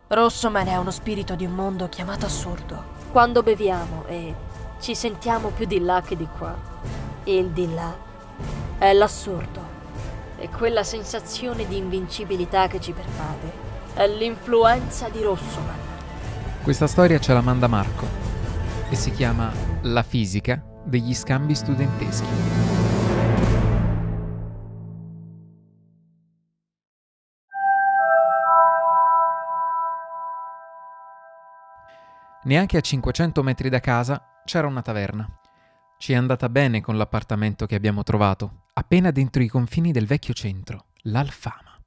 Rossoman è uno spirito di un mondo chiamato assurdo. Quando beviamo e ci sentiamo più di là che di qua, il di là è l'assurdo. E quella sensazione di invincibilità che ci pervade è l'influenza di Rossoman. Questa storia ce la manda Marco e si chiama La fisica degli scambi studenteschi. Neanche a 500 metri da casa c'era una taverna. Ci è andata bene con l'appartamento che abbiamo trovato, appena dentro i confini del vecchio centro, l'Alfama.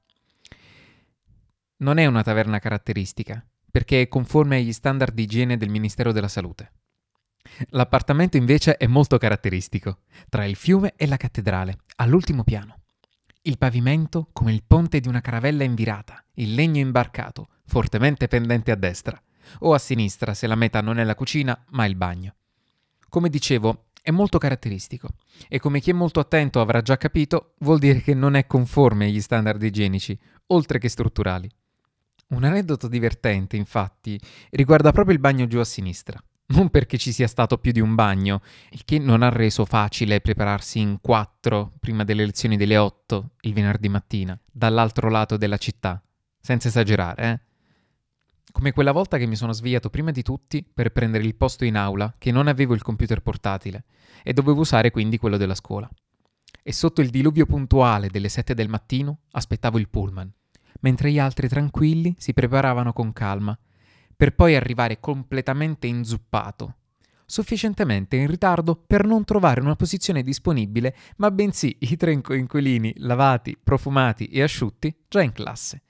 Non è una taverna caratteristica, perché è conforme agli standard di igiene del Ministero della Salute. L'appartamento invece è molto caratteristico, tra il fiume e la cattedrale, all'ultimo piano. Il pavimento come il ponte di una caravella invirata, il legno imbarcato, fortemente pendente a destra, o a sinistra se la meta non è la cucina, ma il bagno. Come dicevo, è molto caratteristico e come chi è molto attento avrà già capito, vuol dire che non è conforme agli standard igienici, oltre che strutturali. Un aneddoto divertente, infatti, riguarda proprio il bagno giù a sinistra. Non perché ci sia stato più di un bagno, il che non ha reso facile prepararsi in 4 prima delle lezioni delle 8 il venerdì mattina, dall'altro lato della città. Senza esagerare, Come quella volta che mi sono svegliato prima di tutti per prendere il posto in aula, che non avevo il computer portatile, e dovevo usare quindi quello della scuola. E sotto il diluvio puntuale delle 7 del mattino aspettavo il pullman, mentre gli altri tranquilli si preparavano con calma, per poi arrivare completamente inzuppato, sufficientemente in ritardo per non trovare una posizione disponibile, ma bensì i 3 coinquilini lavati, profumati e asciutti già in classe.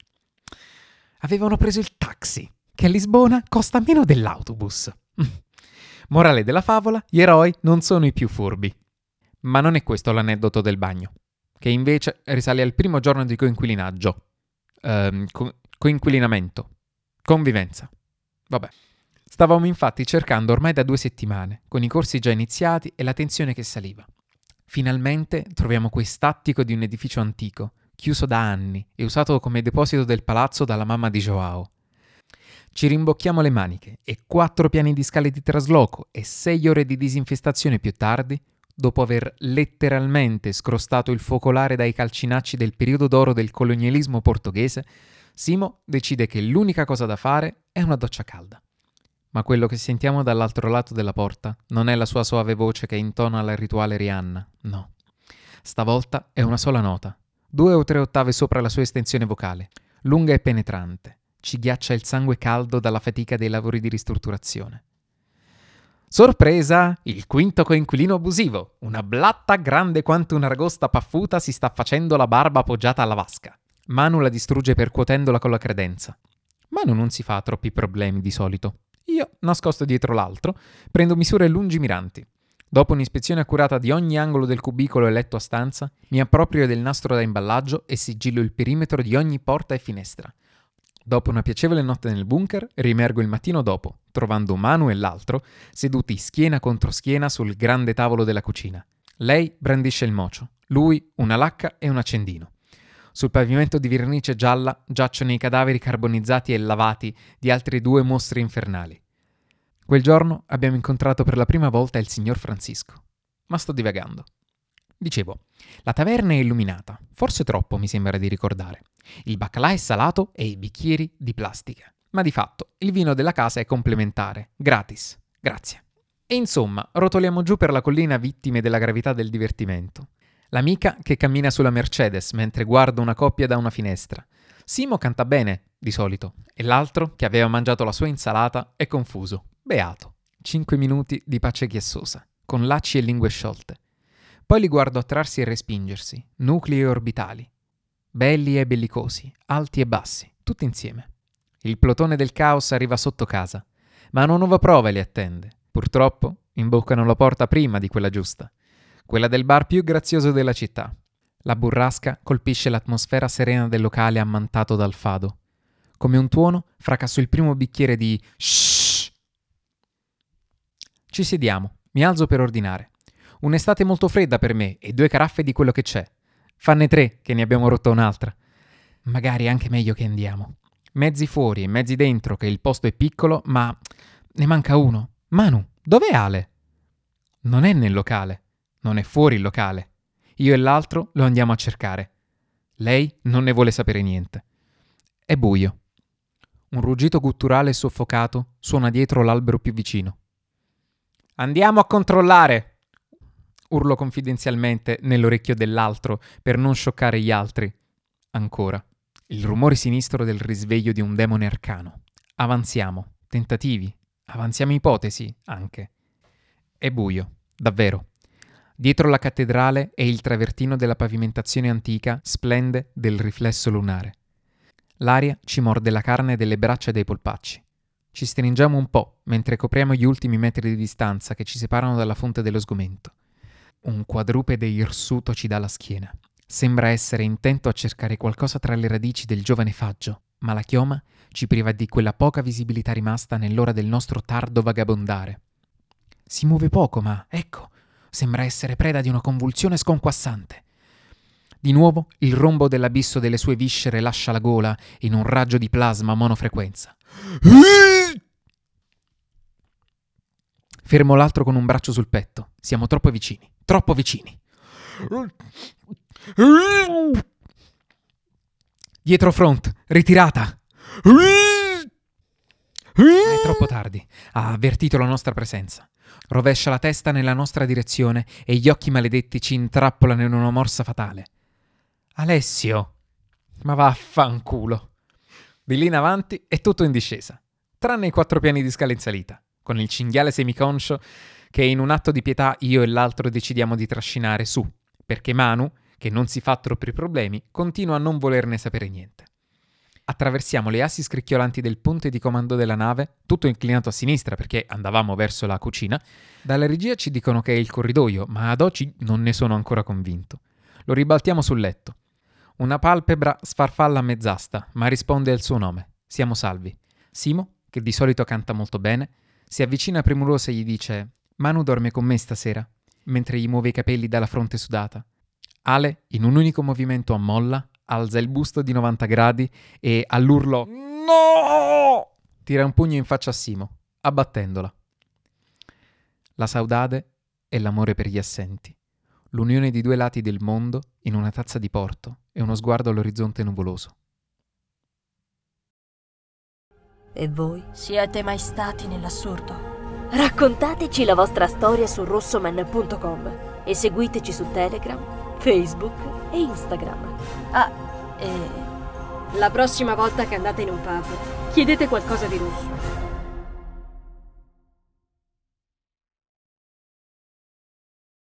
Avevano preso il taxi, che a Lisbona costa meno dell'autobus. Morale della favola, gli eroi non sono i più furbi. Ma non è questo l'aneddoto del bagno, che invece risale al primo giorno di coinquilinaggio. Coinquilinamento. Convivenza. Vabbè. Stavamo infatti cercando ormai da 2 settimane, con i corsi già iniziati e la tensione che saliva. Finalmente troviamo quest'attico di un edificio antico, chiuso da anni e usato come deposito del palazzo dalla mamma di Joao. Ci rimbocchiamo le maniche e 4 piani di scale di trasloco e 6 ore di disinfestazione più tardi, dopo aver letteralmente scrostato il focolare dai calcinacci del periodo d'oro del colonialismo portoghese, Simo decide che l'unica cosa da fare è una doccia calda. Ma quello che sentiamo dall'altro lato della porta non è la sua soave voce che intona la rituale Rihanna, no. Stavolta è una sola nota, 2 o 3 ottave sopra la sua estensione vocale, lunga e penetrante, ci ghiaccia il sangue caldo dalla fatica dei lavori di ristrutturazione. Sorpresa! Il 5° coinquilino abusivo, una blatta grande quanto una ragosta paffuta, si sta facendo la barba appoggiata alla vasca. Manu la distrugge percuotendola con la credenza. Manu non si fa troppi problemi di solito. Io, nascosto dietro l'altro, prendo misure lungimiranti. Dopo un'ispezione accurata di ogni angolo del cubicolo e letto a stanza, mi approprio del nastro da imballaggio e sigillo il perimetro di ogni porta e finestra. Dopo una piacevole notte nel bunker, riemergo il mattino dopo, trovando Manu e l'altro seduti schiena contro schiena sul grande tavolo della cucina. Lei brandisce il mocio, lui una lacca e un accendino. Sul pavimento di vernice gialla giacciono i cadaveri carbonizzati e lavati di altri 2 mostri infernali. Quel giorno abbiamo incontrato per la prima volta il signor Francisco. Ma sto divagando. Dicevo, la taverna è illuminata, forse troppo mi sembra di ricordare. Il baccalà è salato e i bicchieri di plastica. Ma di fatto il vino della casa è complementare, gratis, grazie. E insomma, rotoliamo giù per la collina vittime della gravità del divertimento. L'amica che cammina sulla Mercedes mentre guarda una coppia da una finestra. Simo canta bene, di solito, e l'altro, che aveva mangiato la sua insalata, è confuso. Beato. 5 minuti di pace chiassosa, con lacci e lingue sciolte. Poi li guardo attrarsi e respingersi, nuclei orbitali. Belli e bellicosi, alti e bassi, tutti insieme. Il plotone del caos arriva sotto casa, ma una nuova prova li attende. Purtroppo imboccano la porta prima di quella giusta, quella del bar più grazioso della città. La burrasca colpisce l'atmosfera serena del locale ammantato dal fado. Come un tuono, fracasso il primo bicchiere di shhh. Ci sediamo, mi alzo per ordinare. Un'estate molto fredda per me e 2 caraffe di quello che c'è. Fanne 3 che ne abbiamo rotta un'altra. Magari è anche meglio che andiamo. Mezzi fuori e mezzi dentro che il posto è piccolo, ma ne manca uno. Manu, dov'è Ale? Non è nel locale, non è fuori il locale. Io e l'altro lo andiamo a cercare. Lei non ne vuole sapere niente. È buio. Un ruggito gutturale soffocato suona dietro l'albero più vicino. Andiamo a controllare! Urlo confidenzialmente nell'orecchio dell'altro per non scioccare gli altri. Ancora. Il rumore sinistro del risveglio di un demone arcano. Avanziamo. Tentativi. Avanziamo ipotesi, anche. È buio. Davvero. Dietro la cattedrale e il travertino della pavimentazione antica splende del riflesso lunare. L'aria ci morde la carne delle braccia e dei polpacci. Ci stringiamo un po' mentre copriamo gli ultimi metri di distanza che ci separano dalla fonte dello sgomento. Un quadrupede irsuto ci dà la schiena. Sembra essere intento a cercare qualcosa tra le radici del giovane faggio, ma la chioma ci priva di quella poca visibilità rimasta nell'ora del nostro tardo vagabondare. Si muove poco, ma ecco, sembra essere preda di una convulsione sconquassante. Di nuovo il rombo dell'abisso delle sue viscere lascia la gola in un raggio di plasma a monofrequenza. Fermo l'altro con un braccio sul petto. Siamo troppo vicini, troppo vicini. Dietro front, ritirata. È troppo tardi. Ha avvertito la nostra presenza. Rovescia la testa nella nostra direzione e gli occhi maledetti ci intrappolano in una morsa fatale. Alessio! Ma vaffanculo! Di lì in avanti è tutto in discesa, tranne i 4 piani di scala in salita, con il cinghiale semiconscio che in un atto di pietà io e l'altro decidiamo di trascinare su, perché Manu, che non si fa troppi problemi, continua a non volerne sapere niente. Attraversiamo le assi scricchiolanti del ponte di comando della nave, tutto inclinato a sinistra perché andavamo verso la cucina. Dalla regia ci dicono che è il corridoio, ma ad oggi non ne sono ancora convinto. Lo ribaltiamo sul letto. Una palpebra sfarfalla a mezz'asta, ma risponde al suo nome. Siamo salvi. Simo, che di solito canta molto bene, si avvicina premuroso e gli dice: Manu dorme con me stasera, mentre gli muove i capelli dalla fronte sudata. Ale, in un unico movimento, ammolla, alza il busto di 90 gradi e, all'urlo "No!", tira un pugno in faccia a Simo, abbattendola. La saudade è l'amore per gli assenti, l'unione di 2 lati del mondo in una tazza di porto e uno sguardo all'orizzonte nuvoloso. E voi? Siete mai stati nell'assurdo? Raccontateci la vostra storia su rossoman.com e seguiteci su Telegram, Facebook e Instagram. Ah, e... La prossima volta che andate in un pub, chiedete qualcosa di russo.